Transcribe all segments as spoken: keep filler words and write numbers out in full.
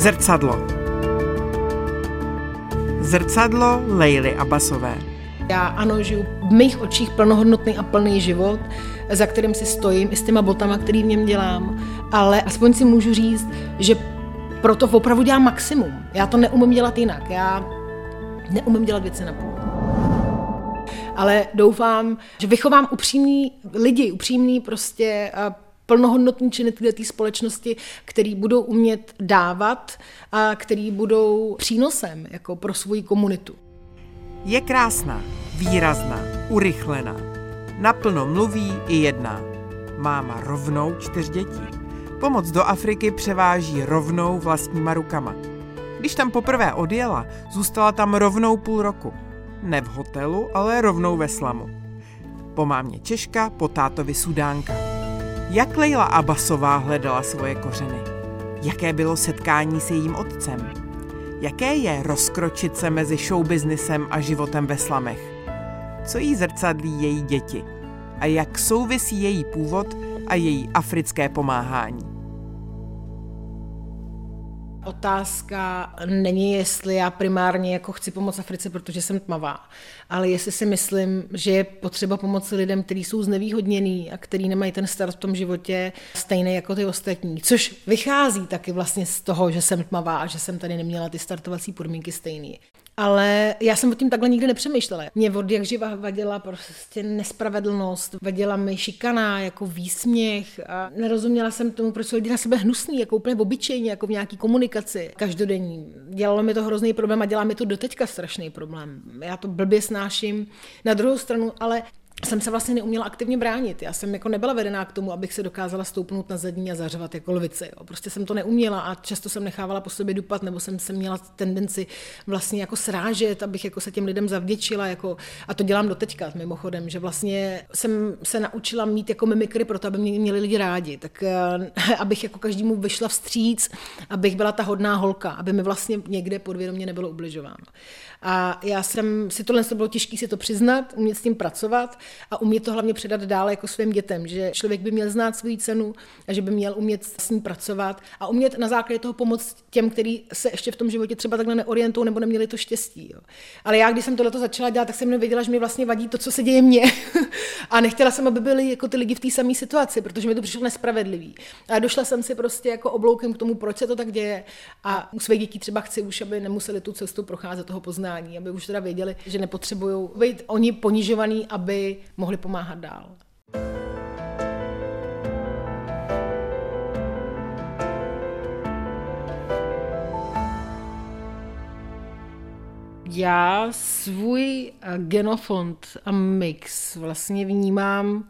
Zrcadlo. Zrcadlo Leily Abbasové. Já ano, žiju v mých očích plnohodnotný a plný život, za kterým si stojím, i s těma botama, který v něm dělám, ale aspoň si můžu říct, že proto opravdu dělám maximum. Já to neumím dělat jinak, já neumím dělat věci na půl. Ale doufám, že vychovám upřímný lidi, upřímný prostě plnohodnotní činy této společnosti, který budou umět dávat a který budou přínosem jako pro svou komunitu. Je krásná, výrazná, urychlená. Naplno mluví i jedná. Máma rovnou čtyř dětí. Pomoc do Afriky převáží rovnou vlastníma rukama. Když tam poprvé odjela, zůstala tam rovnou půl roku. Ne v hotelu, ale rovnou ve slamu. Po mámě Češka, po tátovi Sudánka. Jak Leila Abbasová hledala svoje kořeny? Jaké bylo setkání s jejím otcem? Jaké je rozkročit se mezi showbiznisem a životem ve slamech? Co jí zrcadlí její děti? A jak souvisí její původ a její africké pomáhání? Otázka není, jestli já primárně jako chci pomoct Africe, protože jsem tmavá, ale jestli si myslím, že je potřeba pomoci lidem, kteří jsou znevýhodnění a kteří nemají ten start v tom životě stejný jako ty ostatní. Což vychází taky vlastně z toho, že jsem tmavá a že jsem tady neměla ty startovací podmínky stejný. Ale já jsem o tím takhle nikdy nepřemýšlela. Mě od jak živa vadila prostě nespravedlnost, vadila mi šikana, jako výsměch a nerozuměla jsem tomu, proč jsou lidi na sebe hnusný, jako úplně obyčejně, jako v nějaký komunikaci každodenní. Dělalo mi to hrozný problém a dělá mi to doteďka strašný problém. Já to blbě snáším. Na druhou stranu, ale jsem se vlastně neuměla aktivně bránit. Já jsem jako nebyla vedená k tomu, abych se dokázala stoupnout na zadní a zařvat jako lvice. Jo. Prostě jsem to neuměla a často jsem nechávala po sobě dupat, nebo jsem se měla tendenci vlastně jako srážet, abych jako se těm lidem zavděčila. Jako, a to dělám doteďka mimochodem, že vlastně jsem se naučila mít jako mimikry pro to, aby mě měli lidi rádi. Tak abych jako každému vyšla vstříc, abych byla ta hodná holka, aby mi vlastně někde podvědomě nebylo ubližováno. A já jsem si tohle bylo těžké si to přiznat, umět s tím pracovat a umět to hlavně předat dále jako svým dětem, že člověk by měl znát svou cenu a že by měl umět s ní pracovat a umět na základě toho pomoct těm, kteří se ještě v tom životě třeba takhle neorientují nebo neměli to štěstí. Jo. Ale já, když jsem tohleto začala dělat, tak jsem nevěděla, že mi vlastně vadí to, co se děje mně. A nechtěla jsem, aby byli jako ty lidi v té samé situaci, protože mi to přišlo nespravedlivý. A došla jsem si prostě jako obloukem k tomu, proč se to tak děje. A u svých dětí třeba chci už, aby nemuseli tu cestu procházet toho poznání, aby už teda věděli, že nepotřebují být oni ponižovaní, aby mohli pomáhat dál. Já svůj genofond a mix vlastně vnímám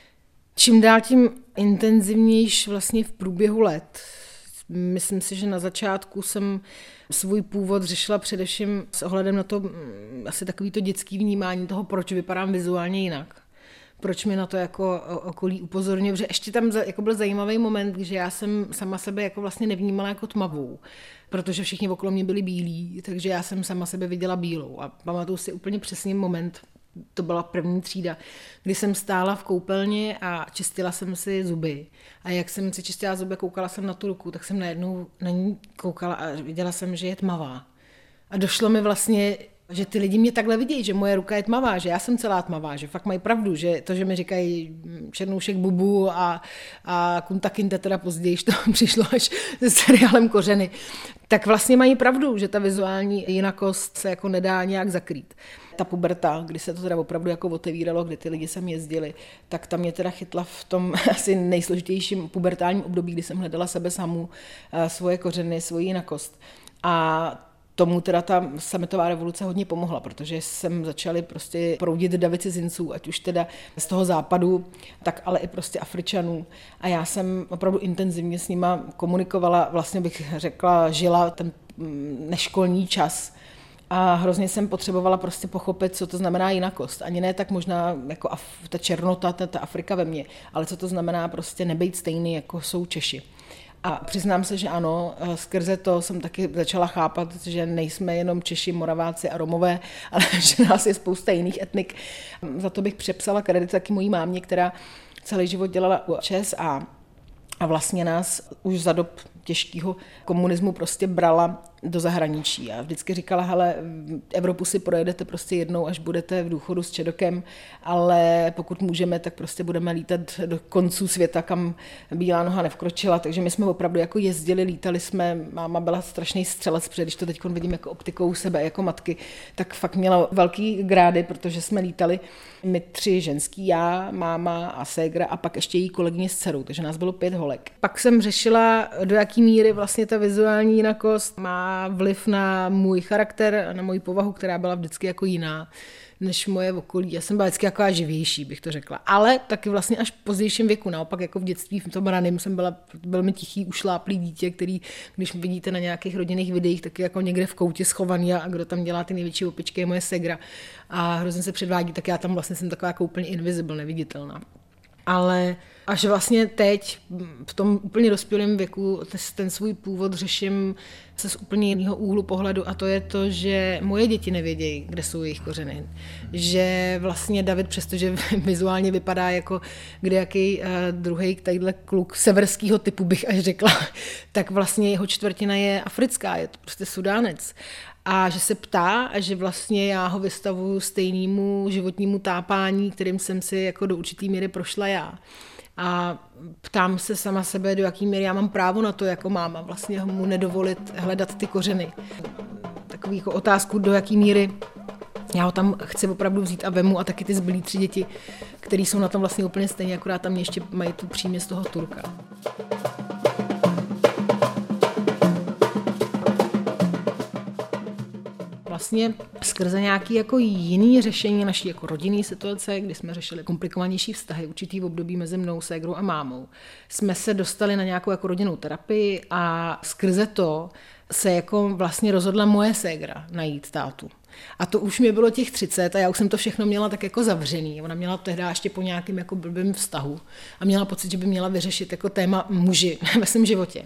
čím dál tím intenzivnější vlastně v průběhu let. Myslím si, že na začátku jsem svůj původ řešila především s ohledem na to asi takový to dětský vnímání toho, proč vypadám vizuálně jinak. Proč mi na to jako okolí upozorňuje, protože ještě tam jako byl zajímavý moment, že já jsem sama sebe jako vlastně nevnímala jako tmavou, protože všichni okolo mě byli bílí, takže já jsem sama sebe viděla bílou a pamatuju si úplně přesně moment, to byla první třída, kdy jsem stála v koupelně a čistila jsem si zuby. A jak jsem si čistila zuby, koukala jsem na tu ruku, tak jsem najednou na ní koukala a viděla jsem, že je tmavá. A došlo mi vlastně, že ty lidi mě takhle vidějí, že moje ruka je tmavá, že já jsem celá tmavá, že fakt mají pravdu, že to, že mi říkají Černoušek Bubu a, a Kunta Kinte teda později, to přišlo až se seriálem Kořeny, tak vlastně mají pravdu, že ta vizuální jinakost se jako nedá nějak zakrýt. Ta puberta, kdy se to teda opravdu jako otevíralo, kdy ty lidi sem jezdili, tak ta mě teda chytla v tom asi nejsložitějším pubertálním období, kdy jsem hledala sebe samu, svoje kořeny, svoji jinakost. A tomu teda ta sametová revoluce hodně pomohla, protože jsem začali prostě proudit davy cizinců, ať už teda z toho západu, tak ale i prostě Afričanů. A já jsem opravdu intenzivně s nima komunikovala, vlastně bych řekla, žila ten neškolní čas. A hrozně jsem potřebovala prostě pochopit, co to znamená jinakost. Ani ne tak možná jako af, ta černota, ta, ta Afrika ve mně, ale co to znamená prostě nebejt stejný, jako jsou Češi. A přiznám se, že ano, skrze to jsem taky začala chápat, že nejsme jenom Češi, Moraváci a Romové, ale že nás je spousta jiných etnik. Za to bych přepsala kredit taky mojí mámě, která celý život dělala u ČSA a vlastně nás už za dob těžkého komunismu prostě brala do zahraničí a vždycky říkala, hele, Evropu si projedete prostě jednou, až budete v důchodu s čedokem, ale pokud můžeme, tak prostě budeme lítat do konců světa, kam bílá noha nevkročila, takže my jsme opravdu jako jezdili, lítali jsme, máma byla strašný střelec, protože když to teď vidím jako optikou sebe, jako matky, tak fakt měla velký grády, protože jsme lítali my tři ženský, já, máma a ségra a pak ještě její kolegyně s dcerou, takže nás bylo pět holek. Pak jsem řešila, do jaký míry vlastně ta vizuální jinakost má vliv na můj charakter, na moji povahu, která byla vždycky jako jiná než moje okolí. Já jsem byla vždycky jako živější, bych to řekla. Ale taky vlastně až v pozdějším věku, naopak jako v dětství, v tom raném jsem byla velmi tichý, ušláplý dítě, který, když vidíte na nějakých rodinných videích, taky jako někde v koutě schovaný a kdo tam dělá ty největší opičky je moje ségra. A hrozně se předvádí, tak já tam vlastně jsem taková jako úplně invisible, neviditelná. Ale až vlastně teď, v tom úplně dospělém věku, ten svůj původ řeším se z úplně jiného úhlu pohledu a to je to, že moje děti nevědějí, kde jsou jejich kořeny. Že vlastně David, přestože vizuálně vypadá jako kdejaký uh, druhej tadyhle kluk severského typu, bych až řekla, tak vlastně jeho čtvrtina je africká, je to prostě Sudánec. A že se ptá a že vlastně já ho vystavuju stejnému životnímu tápání, kterým jsem si jako do určitý míry prošla já. A ptám se sama sebe, do jaký míry já mám právo na to jako máma, vlastně mu nedovolit hledat ty kořeny. Takový jako otázku, do jaký míry já ho tam chci opravdu vzít a vemu a taky ty zbylý tři děti, který jsou na tom vlastně úplně stejně, akorát tam ještě mají tu přímě z toho Turka. Vlastně skrze nějaké jako jiné řešení naší jako rodinné situace, kdy jsme řešili komplikovanější vztahy, určitý období mezi mnou, ségrou a mámou, jsme se dostali na nějakou jako rodinnou terapii a skrze to se jako vlastně rozhodla moje ségra najít tátu. A to už mi bylo těch třicet a já už jsem to všechno měla tak jako zavřený. Ona měla tehdy ještě po nějakém jako blbým vztahu a měla pocit, že by měla vyřešit jako téma muži ve svém životě.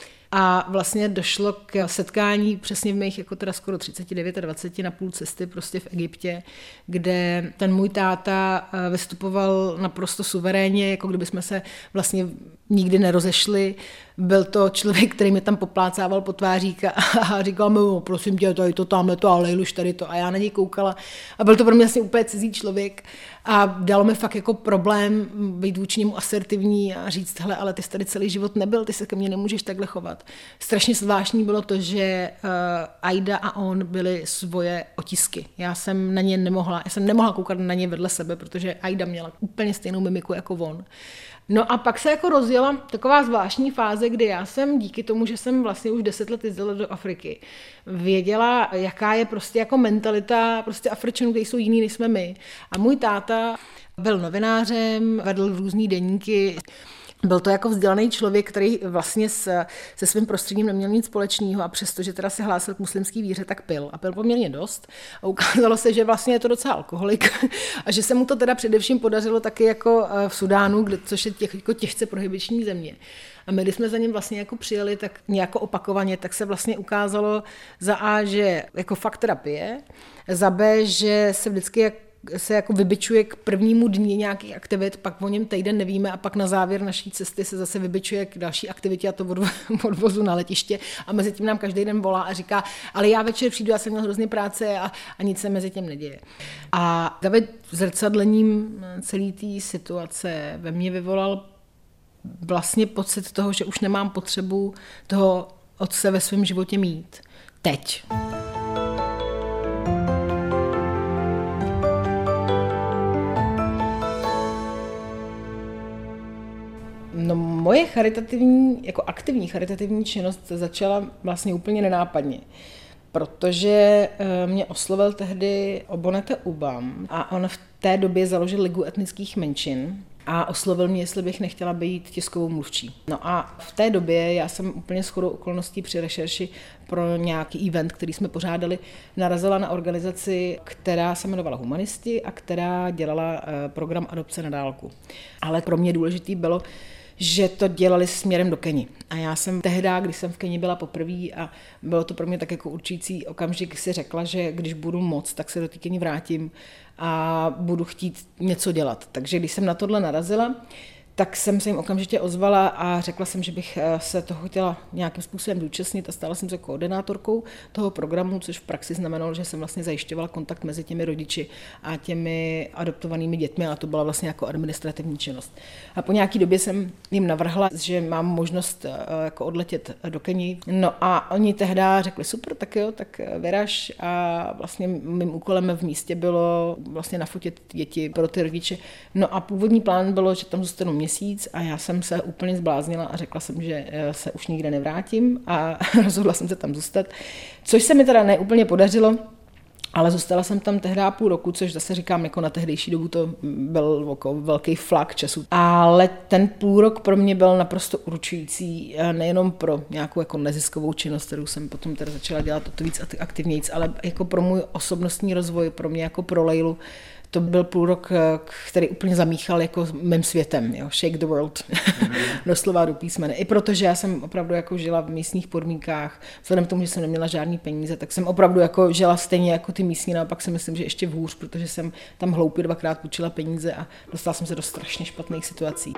A vlastně došlo k setkání přesně v mých jako teda skoro třicet devět a dvacet na půl cesty prostě v Egyptě, kde ten můj táta vystupoval naprosto suverénně, jako kdyby jsme se vlastně nikdy nerozešli. Byl to člověk, který mi tam poplácával po tvářík a říkal mi, no, prosím tě, tady to, tamhle to, a lejluš tady to. A já na něj koukala. A byl to pro mě vlastně úplně cizí člověk. A dalo mi fakt jako problém být vůči němu asertivní a říct, hele, ale ty jsi tady celý život nebyl, ty se ke mně nemůžeš takhle chovat. Strašně zvláštní bylo to, že uh, Aida a on byli svoje otisky. Já jsem na ně nemohla, já jsem nemohla koukat na ně vedle sebe, protože Aida měla úplně stejnou mimiku jako on. No a pak se jako rozjela taková zvláštní fáze, kdy já jsem díky tomu, že jsem vlastně už deset let jezdila do Afriky, věděla, jaká je prostě jako mentalita prostě Afričanů, kteří jsou jiný, než jsme my. A můj táta byl novinářem, vedl různý deníky. Byl to jako vzdělaný člověk, který vlastně s, se svým prostředím neměl nic společného a přestože teda se hlásil k muslimský víře, tak pil. A pil poměrně dost. A ukázalo se, že vlastně je to docela alkoholik a že se mu to teda především podařilo taky jako v Sudánu, kde, což je těch, jako těžce prohibiční země. A my, když jsme za ním vlastně jako přijeli tak nějak opakovaně, tak se vlastně ukázalo za A, že jako fakt terapie, za B, že se vždycky jak se jako vybičuje k prvnímu dní nějakých aktivit, pak o něm týden nevíme a pak na závěr naší cesty se zase vybičuje k další aktivitě a to odvozu na letiště a mezi tím nám každý den volá a říká, ale já večer přijdu, já jsem měl hrozně práce a, a nic se mezi tím neděje. A David zrcadlením celé té situace ve mně vyvolal vlastně pocit toho, že už nemám potřebu toho otce ve svém životě mít. Teď. No, moje charitativní, jako aktivní charitativní činnost začala vlastně úplně nenápadně, protože mě oslovil tehdy Obonete Ubam a on v té době založil Ligu etnických menšin a oslovil mě, jestli bych nechtěla být tiskovou mluvčí. No a v té době já jsem úplně shodou okolností při rešerši pro nějaký event, který jsme pořádali, narazila na organizaci, která se jmenovala Humanisti a která dělala program adopce na dálku. Ale pro mě důležitý bylo, že to dělali směrem do Keni. A já jsem tehdy, když jsem v Keni byla poprvé a bylo to pro mě tak jako určující okamžik, si řekla, že když budu moc, tak se do té Keni vrátím a budu chtít něco dělat. Takže když jsem na tohle narazila, tak jsem se jim okamžitě ozvala a řekla jsem, že bych se toho chtěla nějakým způsobem zúčastnit a stala jsem se koordinátorkou toho programu, což v praxi znamenalo, že jsem vlastně zajišťovala kontakt mezi těmi rodiči a těmi adoptovanými dětmi a to byla vlastně jako administrativní činnost. A po nějaký době jsem jim navrhla, že mám možnost jako odletět do Keni. No a oni tehdy řekli super, tak jo, tak vyraž a vlastně mým úkolem v místě bylo vlastně nafotit děti pro ty rodiče. No a původní plán bylo, že tam zůstanu měsíc a já jsem se úplně zbláznila a řekla jsem, že se už nikde nevrátím a rozhodla jsem se tam zůstat, což se mi teda neúplně podařilo, ale zůstala jsem tam tehdy půl roku, což zase říkám, jako na tehdejší dobu to byl jako velký flak času. Ale ten půl rok pro mě byl naprosto určující, nejenom pro nějakou jako neziskovou činnost, kterou jsem potom teda začala dělat o to víc aktivnějc, ale jako pro můj osobnostní rozvoj, pro mě jako pro Leilu. To byl půl rok, který úplně zamíchal jako mým světem, jo, shake the world, mm. doslova do písmene. I protože já jsem opravdu jako žila v místních podmínkách, vzhledem k tomu, že jsem neměla žádný peníze, tak jsem opravdu jako žila stejně jako ty místní, naopak si myslím, že ještě hůř, protože jsem tam hloupě dvakrát půjčila peníze a dostala jsem se do strašně špatných situací.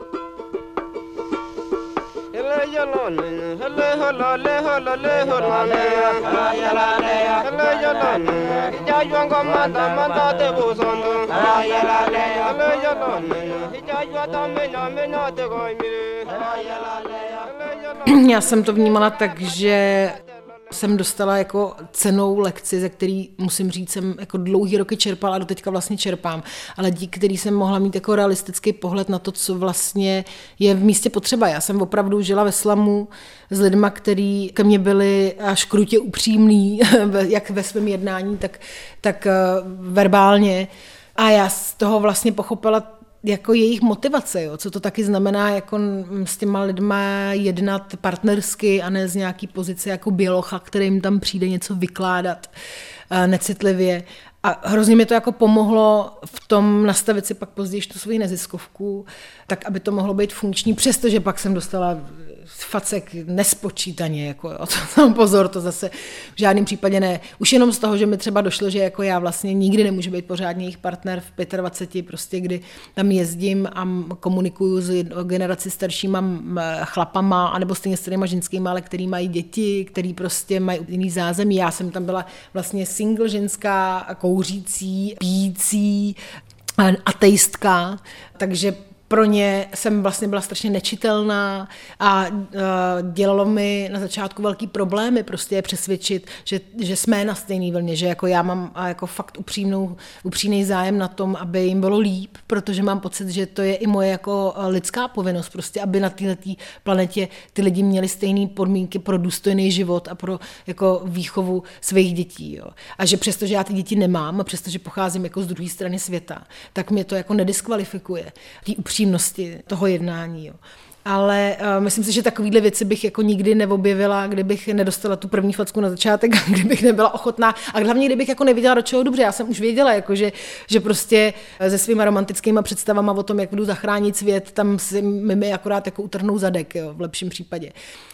Já jsem to vnímala tak, že jsem dostala jako cennou lekci, ze který musím říct, jsem jako dlouhý roky čerpala a doteďka vlastně čerpám, ale díky který jsem mohla mít jako realistický pohled na to, co vlastně je v místě potřeba. Já jsem opravdu žila ve slamu s lidma, který ke mně byli až krutě upřímný, jak ve svém jednání, tak, tak verbálně. A já z toho vlastně pochopila jako jejich motivace, jo? Co to taky znamená jako s těma lidma jednat partnersky a ne z nějaký pozice jako bělocha, který jim tam přijde něco vykládat necitlivě. A hrozně mi to jako pomohlo v tom nastavit si pak později tu svoji neziskovku, tak aby to mohlo být funkční, přestože pak jsem dostala facek nespočítaně, jako jo, to, pozor, to zase v žádném případě ne. Už jenom z toho, že mi třeba došlo, že jako já vlastně nikdy nemůžu být pořádně jejich partner v dvaceti pěti, prostě kdy tam jezdím a komunikuju s generaci staršíma chlapama, anebo stejně starýma ženskýma, ale který mají děti, který prostě mají jiný zázemí. Já jsem tam byla vlastně single ženská, kouřící, pijící, ateistka, takže pro ně jsem vlastně byla strašně nečitelná a uh, dělalo mi na začátku velký problémy prostě je přesvědčit, že, že jsme na stejné vlně, že jako já mám jako fakt upřímnou, upřímný zájem na tom, aby jim bylo líp, protože mám pocit, že to je i moje jako lidská povinnost, prostě aby na této planetě ty lidi měli stejné podmínky pro důstojný život a pro jako výchovu svých dětí. Jo. A že přestože já ty děti nemám a přestože pocházím jako z druhé strany světa, tak mě to jako nediskvalifikuje. Tý upřímnosti toho jednání. Jo. Ale uh, myslím si, že takovýhle věci bych jako nikdy neobjevila, kdybych nedostala tu první facku na začátek, kdybych nebyla ochotná a hlavně kdybych jako nevěděla, do čeho dobře. Já jsem už věděla, jako že, že prostě se svýma romantickými představama o tom, jak budu zachránit svět, tam si mi akorát jako utrhnou zadek, jo, v lepším případě.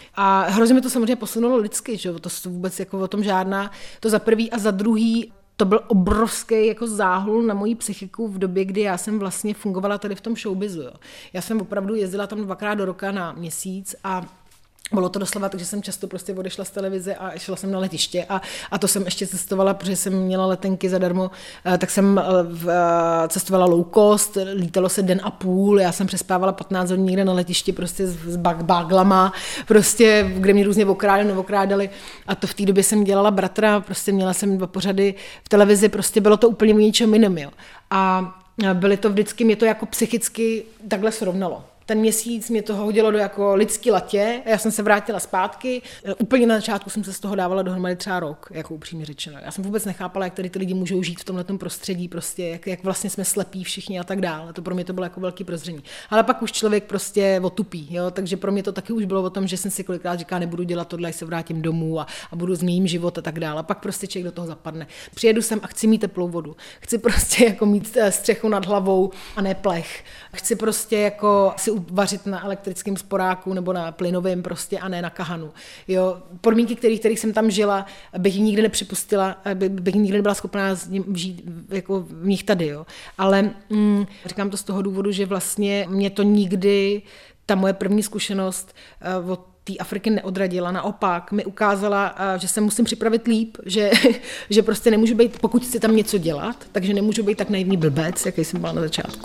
A hrozně mi to samozřejmě posunulo lidsky, že to vůbec jako o tom žádná. To za prvý a za druhý to byl obrovský jako záhul na moji psychiku v době, kdy já jsem vlastně fungovala tady v tom showbizu. Jo. Já jsem opravdu jezdila tam dvakrát do roka na měsíc a bylo to doslova, takže jsem často prostě odešla z televize a šla jsem na letiště a, a to jsem ještě cestovala, protože jsem měla letenky zadarmo, tak jsem cestovala low cost, lítalo se den a půl, já jsem přespávala patnáct hodin někde na letišti prostě s, s baglama, prostě, kde mě různě okrádali, neokrádali a to v té době jsem dělala bratra, prostě měla jsem dva pořady v televizi, prostě bylo to úplně něčem jiným, jo. A byly to vždycky, mě to jako psychicky takhle srovnalo. Ten měsíc mě to hodilo do jako lidský latě, já jsem se vrátila zpátky, úplně na začátku jsem se z toho dávala dohromady třeba rok, jako upřímně řečeno. Já jsem vůbec nechápala, jak tady ty lidi můžou žít v tomhletom prostředí, prostě, jak, jak vlastně jsme slepí všichni a tak dále. To pro mě to bylo jako velký prozření. Ale pak už člověk prostě otupí, jo? Takže pro mě to taky už bylo o tom, že jsem si kolikrát říkala, nebudu dělat tohle, až se vrátím domů a, a budu změním život a tak dále. A pak prostě člověk do toho zapadne. Přijedu sem a chci mít teplou vodu. Chci prostě jako mít střechu nad hlavou a ne plech. Chci prostě jako si vařit na elektrickém sporáku nebo na plynovém prostě a ne na kahanu. Jo, podmínky, kterých, kterých jsem tam žila, bych nikdy nepřipustila, by, bych nikdy nebyla schopná žít jako v nich tady. Jo. Ale mm, říkám to z toho důvodu, že vlastně mě to nikdy, ta moje první zkušenost uh, od té Afriky neodradila, naopak mi ukázala, že se musím připravit líp, že, že prostě nemůžu být, pokud chci tam něco dělat, takže nemůžu být tak naivní blbec, jaký jsem byla na začátku.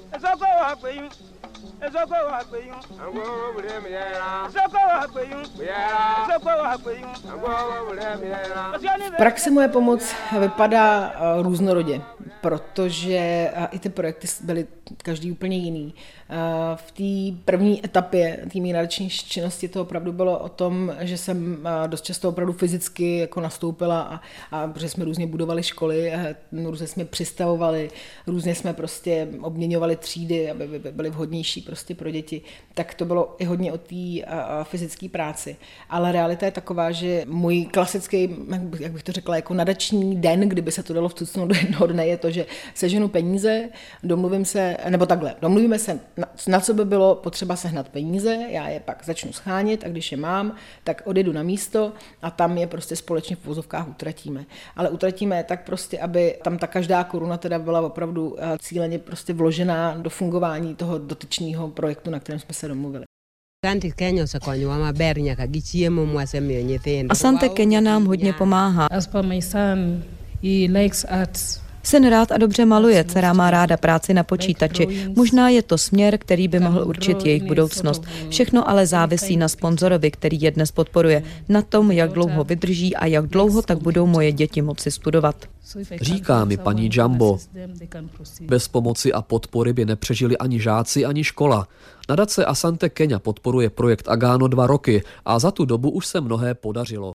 V praxi moje pomoc vypadá různorodě, protože i ty projekty byly každý úplně jiný. V té první etapě té mé náročné činnosti to opravdu bylo o tom, že jsem dost často opravdu fyzicky jako nastoupila a, a protože jsme různě budovali školy, různě jsme přistavovali, různě jsme prostě obměňovali třídy, aby byly vhodnější prostě pro děti, tak to bylo i hodně o té fyzické práci. Ale realita je taková, že můj klasický, jak bych to řekla, jako nadační den, kdyby se to dalo vcucnout do jednoho dne, je to, že seženu peníze, domluvím se, nebo takhle, domluvíme se, na, na co by bylo potřeba sehnat peníze, já je pak začnu schánět a když je mám, tak odjedu na místo a tam je prostě společně v vozovkách utratíme. Ale utratíme je tak prostě, aby tam ta každá koruna teda byla opravdu cíleně prostě vložená do fungování toho dotyčného projektu, na kterém jsme se domluvili. Asante Kenya nám hodně pomáhá. Syn rád a dobře maluje, dcera má ráda práci na počítači. Možná je to směr, který by mohl určit jejich budoucnost. Všechno ale závisí na sponzorovi, který je dnes podporuje. Na tom, jak dlouho vydrží a jak dlouho tak budou moje děti moci studovat. Říká mi paní Jambo. Bez pomoci a podpory by nepřežili ani žáci, ani škola. Nadace Asante Kenya podporuje projekt Agano dva roky a za tu dobu už se mnohé podařilo.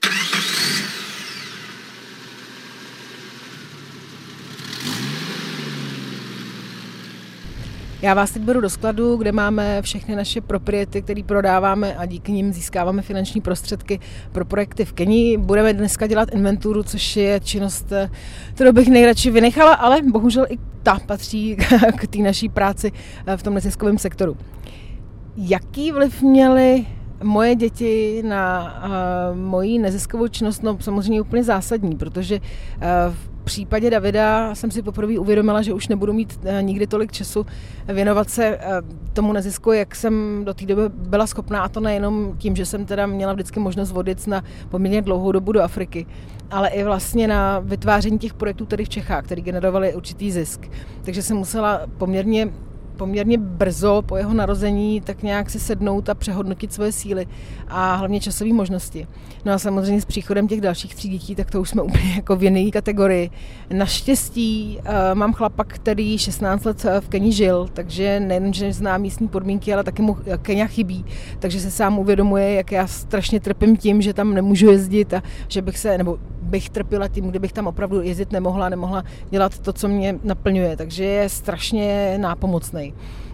Já vás teď beru do skladu, kde máme všechny naše propriety, které prodáváme a díky nim získáváme finanční prostředky pro projekty v Keni. Budeme dneska dělat inventuru, což je činnost, kterou bych nejradši vynechala, ale bohužel i ta patří k té naší práci v tom neziskovém sektoru. Jaký vliv měly moje děti na uh, moji neziskovou činnost? No samozřejmě úplně zásadní, protože uh, v případě Davida jsem si poprvé uvědomila, že už nebudu mít nikdy tolik času věnovat se tomu nezisku, jak jsem do té doby byla schopná, a to nejenom tím, že jsem teda měla vždycky možnost vodit na poměrně dlouhou dobu do Afriky, ale i vlastně na vytváření těch projektů tady v Čechách, které generovaly určitý zisk. Takže jsem musela poměrně poměrně brzo po jeho narození tak nějak si sednout a přehodnotit svoje síly a hlavně časové možnosti. No a samozřejmě s příchodem těch dalších tří dětí, tak to už jsme úplně jako v jiné kategorii. Naštěstí uh, mám chlapa, který šestnáct let v Keni žil, takže nejen, že zná místní podmínky, ale taky mu Kenia chybí, takže se sám uvědomuje, jak já strašně trpím tím, že tam nemůžu jezdit a že bych se, nebo bych trpěla tím, kdybych tam opravdu jezdit nemohla, nemohla dělat to, co mě naplňuje, takže je strašně nápomocný.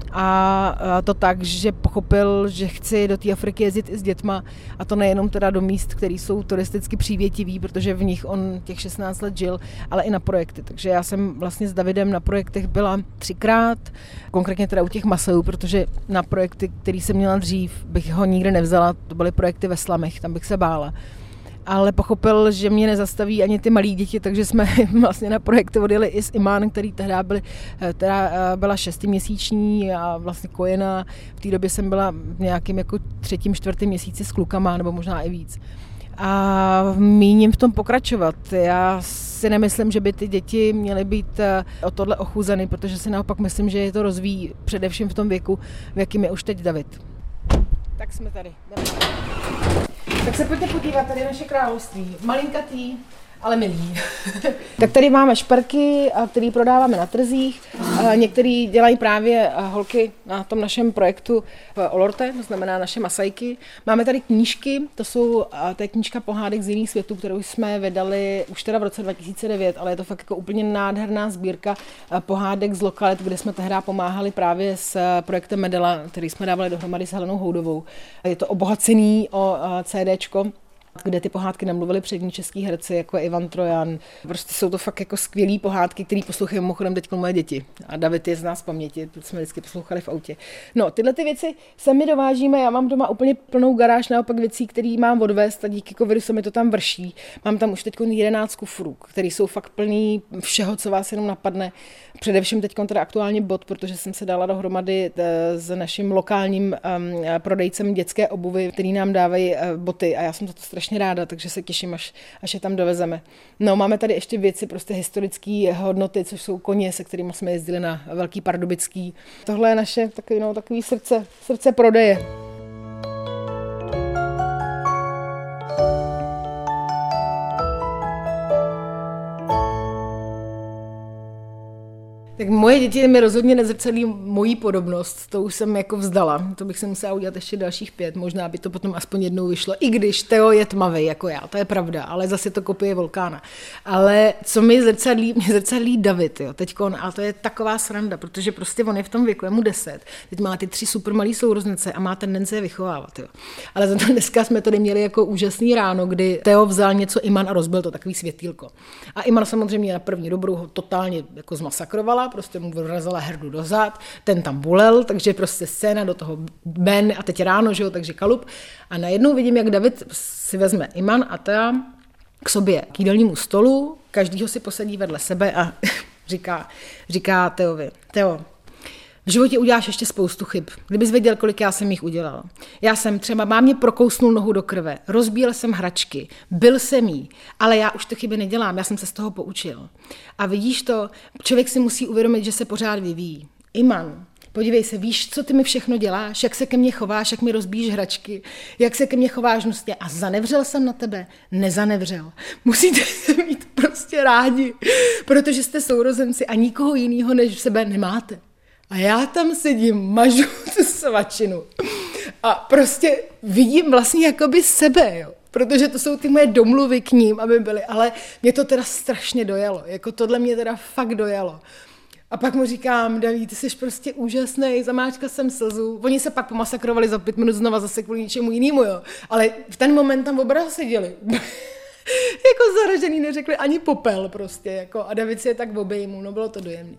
A to tak, že pochopil, že chci do té Afriky jezdit i s dětma, a to nejenom teda do míst, které jsou turisticky přívětivý, protože v nich on těch šestnáct let žil, ale i na projekty. Takže já jsem vlastně s Davidem na projektech byla třikrát, konkrétně teda u těch Masajů, protože na projekty, které jsem měla dřív, bych ho nikdy nevzala, to byly projekty ve slamech, tam bych se bála. Ale pochopil, že mě nezastaví ani ty malí děti, takže jsme vlastně na projekty odjeli i s Imán, který tehdy byly, teda byla šestiměsíční a vlastně kojená. V té době jsem byla v nějakým jako třetím, čtvrtém měsíci s klukama, nebo možná i víc. A míním v tom pokračovat. Já si nemyslím, že by ty děti měly být o tohle ochuzeny, protože si naopak myslím, že je to rozvíjí především v tom věku, v jakým je už teď David. Tak jsme tady. Tak se pojďte podívat, tady je naše království. Malinkatý, ale milý. Tak tady máme šperky, které prodáváme na trzích. Některý dělají právě holky na tom našem projektu v Olorte, to znamená naše Masajky. Máme tady knížky, to jsou to je knížka pohádek z jiných světů, kterou jsme vydali už teda v roce dva tisíce devět, ale je to fakt jako úplně nádherná sbírka pohádek z lokalit, kde jsme tehdy pomáhali právě s projektem Medela, který jsme dávali dohromady s Helenou Houdovou. Je to obohacený o CDčko kde ty pohádky namluvili přední český herci, jako je Ivan Trojan. Prostě jsou to fakt jako skvělý pohádky, který poslouchají mimochodem teď moje děti. A David je z nás paměti, to jsme vždycky poslouchali v autě. No, tyhle ty věci sami dovážíme, já mám doma úplně plnou garáž naopak věcí, které mám odvést a díky covidu se mi to tam vrší. Mám tam už teď jedenáct kufrů, které jsou fakt plný všeho, co vás jenom napadne. Především teď teda aktuálně bot, protože jsem se dala dohromady s naším lokálním um, prodejcem dětské obuvy, který nám dávají uh, boty a já jsem za to strašně ráda, takže se těším, až, až je tam dovezeme. No, máme tady ještě věci prostě historické hodnoty, což jsou koně, se kterými jsme jezdili na Velký Pardubický. Tohle je naše takový, no, takový srdce, srdce prodeje. Tak moje děti mi rozhodně nezrcadlí mojí podobnost, to už jsem jako vzdala, to bych se musela udělat ještě dalších pět, možná by to potom aspoň jednou vyšlo, i když Teo je tmavý jako já, to je pravda, ale zase to kopie Volkána. Ale co mi zrcadlí, mě zrcadlí David, jo, teďkon, a to je taková sranda, protože prostě on je v tom věku, je mu deset, teď má ty tři super malý sourozence a má tendence je vychovávat, jo. Ale za to dneska jsme tady měli jako úžasný ráno, kdy Teo vzal něco Iman a rozbil to, takový světýlko. A Iman samozřejmě na první dobrou ho totálně jako zmasakrovala, prostě mu vrazila herdu dozad, ten tam bulel, takže prostě scéna do toho Ben a teď ráno, že jo, takže kalup. A najednou vidím, jak David si vezme Iman a Tea k sobě k jídelnímu stolu, každýho si posadí vedle sebe a říká, říká Teovi, Teo, v životě uděláš ještě spoustu chyb. Kdybys věděl, kolik já jsem jich udělal. Já jsem třeba, mámě prokousnul nohu do krve, rozbíjel jsem hračky, byl jsem jí, ale já už ty chyby nedělám, já jsem se z toho poučil. A vidíš to, člověk si musí uvědomit, že se pořád vyvíjí. Iman, podívej se, víš, co ty mi všechno děláš, jak se ke mně chováš, jak mi rozbíjíš hračky, jak se ke mně chováš hnusně. A zanevřel jsem na tebe? Nezanevřel. Musíte se mít prostě rádi, protože jste sourozenci a nikoho jiného než v sebe nemáte. A já tam sedím, mažu tu svačinu a prostě vidím vlastně jakoby sebe, jo. Protože to jsou ty moje domluvy k ním, aby byly, ale mě to teda strašně dojalo, jako tohle mě teda fakt dojalo. A pak mu říkám, David, ty jsi prostě úžasnej, zamáčkal jsem slzu. Oni se pak pomasakrovali za pět minut znova zase kvůli něčemu jinému, jo. Ale v ten moment tam oba seděli. Jako zaražený, neřekli ani popel prostě, jako a David si je tak obejmu, no bylo to dojemné.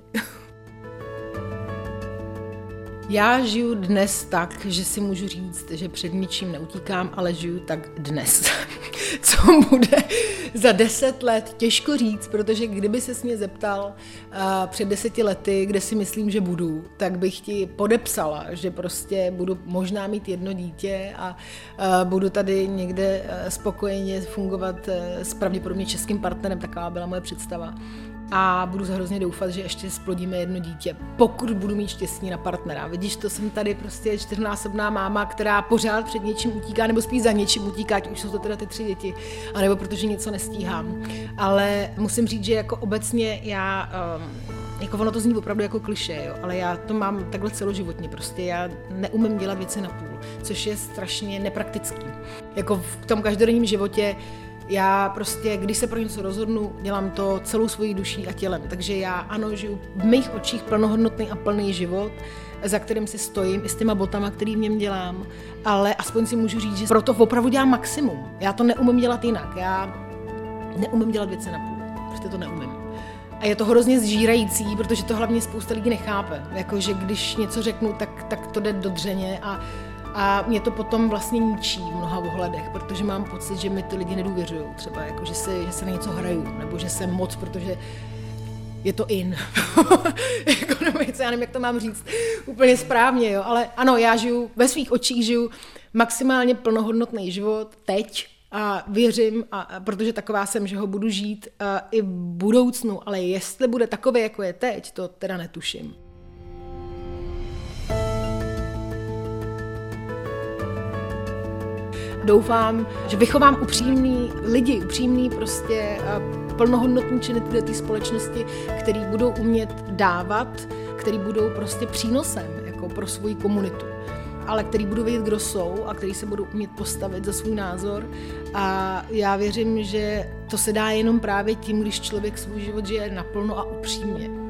Já žiju dnes tak, že si můžu říct, že před ničím neutíkám, ale žiju tak dnes. Co bude za deset let, těžko říct, protože kdyby ses mě zeptal uh, před deseti lety, kde si myslím, že budu, tak bych ti podepsala, že prostě budu možná mít jedno dítě a uh, budu tady někde uh, spokojeně fungovat uh, s pravděpodobně českým partnerem, taková byla moje představa. A budu hrozně doufat, že ještě splodíme jedno dítě, pokud budu mít štěstí na partnera. Vidíš, to jsem tady prostě čtyřnásobná máma, která pořád před něčím utíká, nebo spíš za něčím utíká, ať už jsou to teda ty tři děti, anebo protože něco nestíhám. Ale musím říct, že jako obecně já, um, jako ono to zní opravdu jako klišé, jo, ale já to mám takhle celoživotně, prostě já neumím dělat věci na půl, což je strašně nepraktický. Jako v tom každodenním životě já prostě, když se pro něco rozhodnu, dělám to celou svojí duší a tělem. Takže já ano, žiju v mých očích plnohodnotný a plný život, za kterým si stojím, i s těma botama, který v něm dělám, ale aspoň si můžu říct, že proto opravdu dělám maximum. Já to neumím dělat jinak, já neumím dělat věci na půl, prostě to neumím. A je to hrozně zžírající, protože to hlavně spousta lidí nechápe. Jakože když něco řeknu, tak, tak to jde do dřeně a A mě to potom vlastně ničí v mnoha ohledech, protože mám pocit, že mi ty lidi nedůvěřují třeba, jako, že, se, že se na něco hraju, nebo že jsem moc, protože je to in. jako, nebo něco, já nevím, jak to mám říct úplně správně, jo? Ale ano, já žiju, ve svých očích žiju maximálně plnohodnotný život teď a věřím, a, a protože taková jsem, že ho budu žít a, i v budoucnu, ale jestli bude takové, jako je teď, to teda netuším. Doufám, že vychovám upřímný lidi, upřímný prostě plnohodnotní členy té společnosti, který budou umět dávat, který budou prostě přínosem jako pro svou komunitu, ale který budou vědět, kdo jsou a který se budou umět postavit za svůj názor. A já věřím, že to se dá jenom právě tím, když člověk svůj život žije naplno a upřímně.